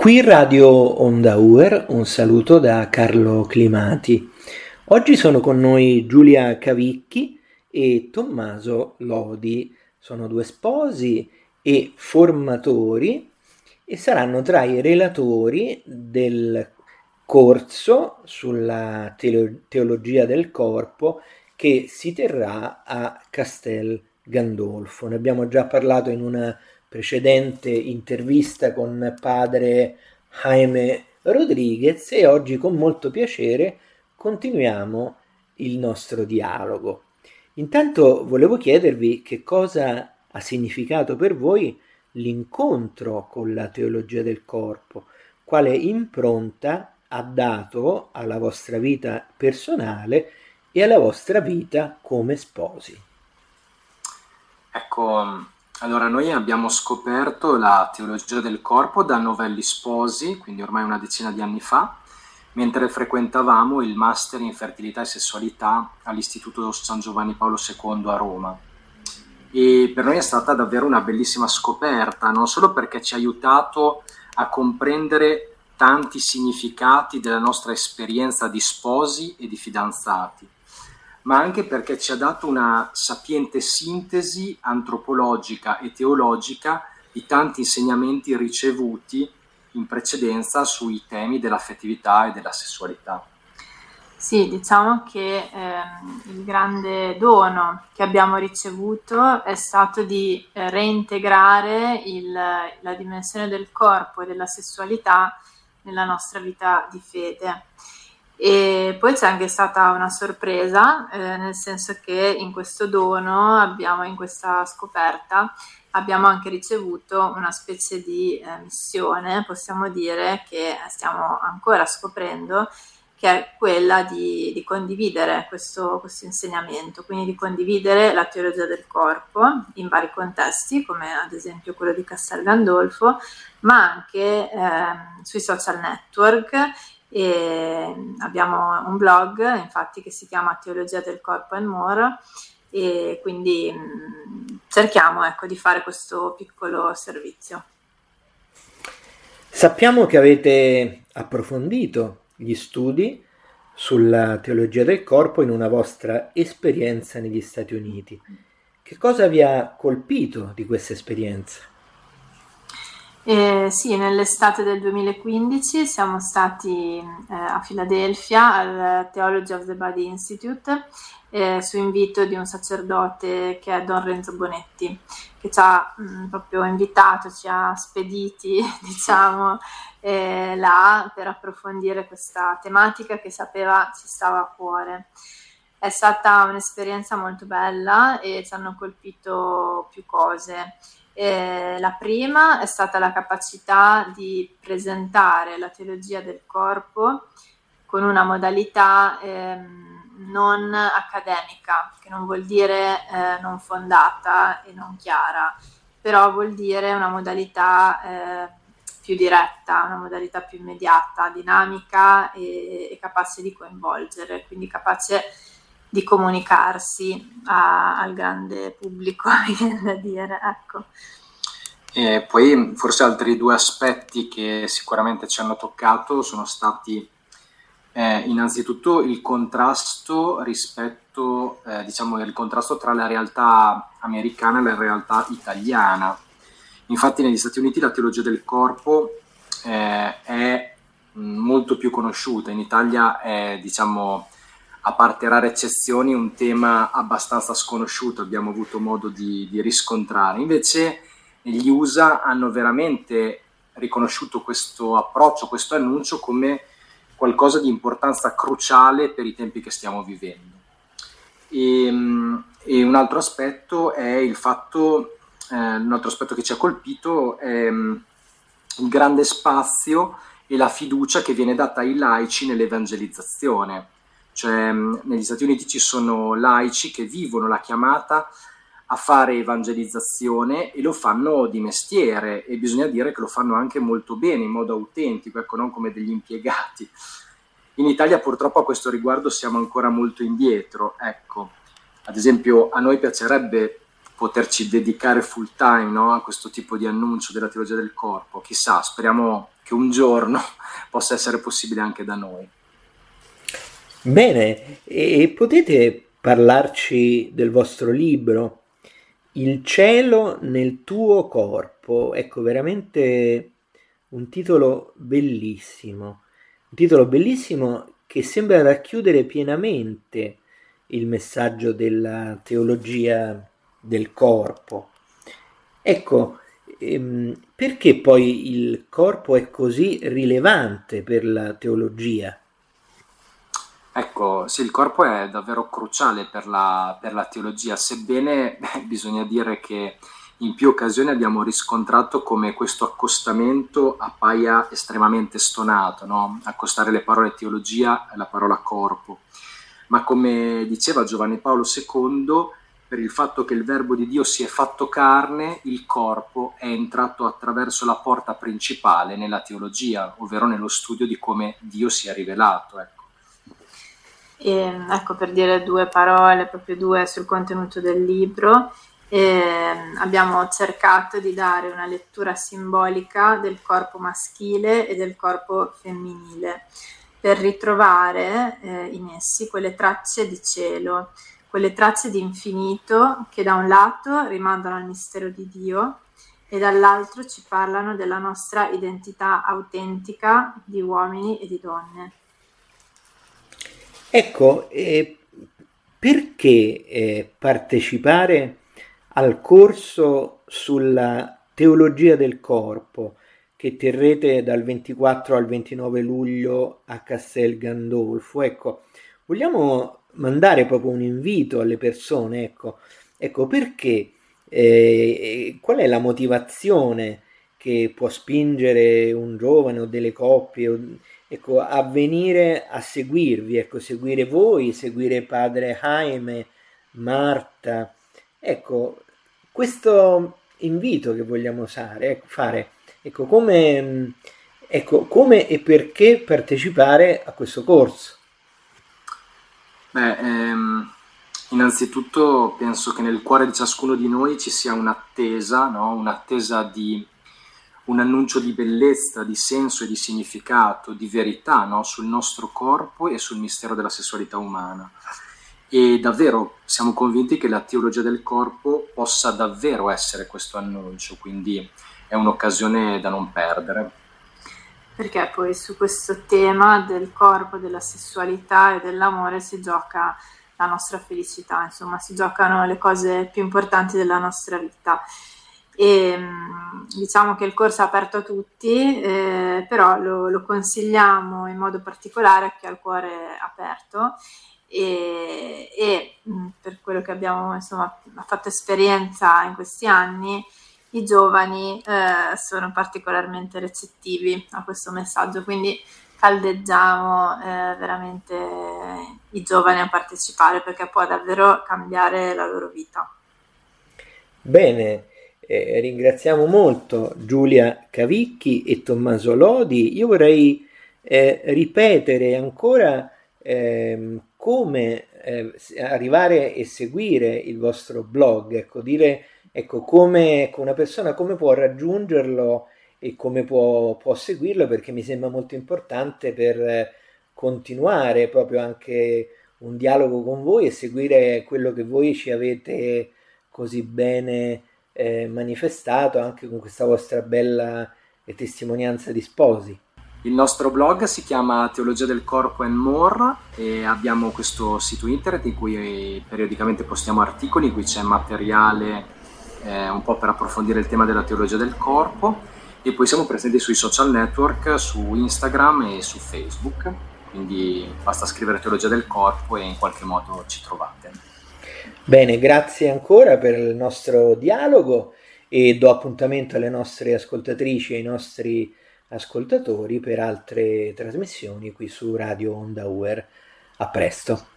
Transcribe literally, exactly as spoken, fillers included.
Qui Radio Onda Uer, un saluto da Carlo Climati. Oggi sono con noi Giulia Cavicchi e Tommaso Lodi. Sono due sposi e formatori e saranno tra i relatori del corso sulla teologia del corpo che si terrà a Castel Gandolfo. Ne abbiamo già parlato in una precedente intervista con padre Jaime Rodriguez e oggi con molto piacere continuiamo il nostro dialogo. Intanto volevo chiedervi che cosa ha significato per voi l'incontro con la teologia del corpo, quale impronta ha dato alla vostra vita personale e alla vostra vita come sposi. Ecco, allora noi abbiamo scoperto la teologia del corpo da novelli sposi, quindi ormai una decina di anni fa, mentre frequentavamo il master in fertilità e sessualità all'Istituto San Giovanni Paolo secondo a Roma. E per noi è stata davvero una bellissima scoperta, non solo perché ci ha aiutato a comprendere tanti significati della nostra esperienza di sposi e di fidanzati, ma anche perché ci ha dato una sapiente sintesi antropologica e teologica di tanti insegnamenti ricevuti in precedenza sui temi dell'affettività e della sessualità. Sì, diciamo che ehm, il grande dono che abbiamo ricevuto è stato di eh, reintegrare il, la dimensione del corpo e della sessualità nella nostra vita di fede. E poi c'è anche stata una sorpresa, eh, nel senso che in questo dono abbiamo, in questa scoperta, abbiamo anche ricevuto una specie di eh, missione, possiamo dire, che stiamo ancora scoprendo, che è quella di, di condividere questo, questo insegnamento, quindi di condividere la teologia del corpo in vari contesti, come ad esempio quello di Castel Gandolfo, ma anche eh, sui social network. E abbiamo un blog infatti che si chiama Teologia del Corpo and More, e quindi mh, cerchiamo ecco di fare questo piccolo servizio. Sappiamo che avete approfondito gli studi sulla teologia del corpo in una vostra esperienza negli Stati Uniti. Che cosa vi ha colpito di questa esperienza? Eh, sì, nell'estate del duemilaquindici siamo stati eh, a Filadelfia al Theology of the Body Institute eh, su invito di un sacerdote che è Don Renzo Bonetti, che ci ha mh, proprio invitato, ci ha spediti diciamo eh, là per approfondire questa tematica che sapeva ci stava a cuore. È stata un'esperienza molto bella e ci hanno colpito più cose. Eh, la prima è stata la capacità di presentare la teologia del corpo con una modalità ehm, non accademica, che non vuol dire eh, non fondata e non chiara, però vuol dire una modalità eh, più diretta, una modalità più immediata, dinamica e, e capace di coinvolgere, quindi capace di comunicarsi a, al grande pubblico, mi viene da dire, ecco. E poi forse altri due aspetti che sicuramente ci hanno toccato sono stati eh, innanzitutto il contrasto rispetto, eh, diciamo, il contrasto tra la realtà americana e la realtà italiana. Infatti negli Stati Uniti la teologia del corpo eh, è molto più conosciuta, in Italia è, diciamo, a parte rare eccezioni, un tema abbastanza sconosciuto, abbiamo avuto modo di, di riscontrare. Invece gli U S A hanno veramente riconosciuto questo approccio, questo annuncio come qualcosa di importanza cruciale per i tempi che stiamo vivendo. E, e un altro aspetto è il fatto, eh, un altro aspetto che ci ha colpito è il grande spazio e la fiducia che viene data ai laici nell'evangelizzazione. Cioè, negli Stati Uniti ci sono laici che vivono la chiamata a fare evangelizzazione e lo fanno di mestiere, e bisogna dire che lo fanno anche molto bene, in modo autentico, ecco, non come degli impiegati. In Italia purtroppo a questo riguardo siamo ancora molto indietro, ecco. Ad esempio a noi piacerebbe poterci dedicare full time, no, a questo tipo di annuncio della teologia del corpo, chissà, speriamo che un giorno possa essere possibile anche da noi. Bene, e potete parlarci del vostro libro, Il cielo nel tuo corpo? Ecco, veramente un titolo bellissimo, un titolo bellissimo che sembra racchiudere pienamente il messaggio della teologia del corpo. Ecco, ehm, perché poi il corpo è così rilevante per la teologia? Ecco, sì, il corpo è davvero cruciale per la, per la teologia, sebbene beh, bisogna dire che in più occasioni abbiamo riscontrato come questo accostamento appaia estremamente stonato, no? Accostare le parole teologia alla parola corpo. Ma come diceva Giovanni Paolo secondo, per il fatto che il verbo di Dio si è fatto carne, il corpo è entrato attraverso la porta principale nella teologia, ovvero nello studio di come Dio si è rivelato. Ecco. E, ecco, per dire due parole, proprio due sul contenuto del libro, eh, abbiamo cercato di dare una lettura simbolica del corpo maschile e del corpo femminile, per ritrovare eh, in essi quelle tracce di cielo, quelle tracce di infinito che da un lato rimandano al mistero di Dio e dall'altro ci parlano della nostra identità autentica di uomini e di donne. Ecco, eh, perché eh, partecipare al corso sulla teologia del corpo che terrete dal ventiquattro al ventinove luglio a Castel Gandolfo? Ecco, vogliamo mandare proprio un invito alle persone, ecco, ecco perché, eh, qual è la motivazione che può spingere un giovane o delle coppie o, ecco, a venire a seguirvi, ecco, seguire voi, seguire padre Jaime, Marta, ecco, questo invito che vogliamo usare, ecco, fare, ecco, come, ecco, come e perché partecipare a questo corso? Beh, ehm, innanzitutto penso che nel cuore di ciascuno di noi ci sia un'attesa, no? Un'attesa di un annuncio di bellezza, di senso e di significato, di verità, no? Sul nostro corpo e sul mistero della sessualità umana. E davvero siamo convinti che la teologia del corpo possa davvero essere questo annuncio, quindi è un'occasione da non perdere. Perché poi su questo tema del corpo, della sessualità e dell'amore si gioca la nostra felicità, insomma si giocano le cose più importanti della nostra vita. E diciamo che il corso è aperto a tutti, eh, però lo, lo consigliamo in modo particolare a chi ha il cuore aperto e, e per quello che abbiamo insomma fatto esperienza in questi anni, i giovani eh, sono particolarmente recettivi a questo messaggio, quindi caldeggiamo eh, veramente i giovani a partecipare perché può davvero cambiare la loro vita. Bene. Eh, ringraziamo molto Giulia Cavicchi e Tommaso Lodi. Io vorrei eh, ripetere ancora eh, come eh, arrivare e seguire il vostro blog, ecco, dire ecco, come ecco, una persona come può raggiungerlo e come può, può seguirlo, perché mi sembra molto importante per eh, continuare proprio anche un dialogo con voi e seguire quello che voi ci avete così bene Eh, manifestato anche con questa vostra bella eh, testimonianza di sposi. Il nostro blog si chiama Teologia del Corpo and More e abbiamo questo sito internet in cui periodicamente postiamo articoli, in cui c'è materiale eh, un po' per approfondire il tema della teologia del corpo, e poi siamo presenti sui social network, su Instagram e su Facebook, quindi basta scrivere Teologia del Corpo e in qualche modo ci trovate. Bene, grazie ancora per il nostro dialogo e do appuntamento alle nostre ascoltatrici e ai nostri ascoltatori per altre trasmissioni qui su Radio Onda U R. A presto.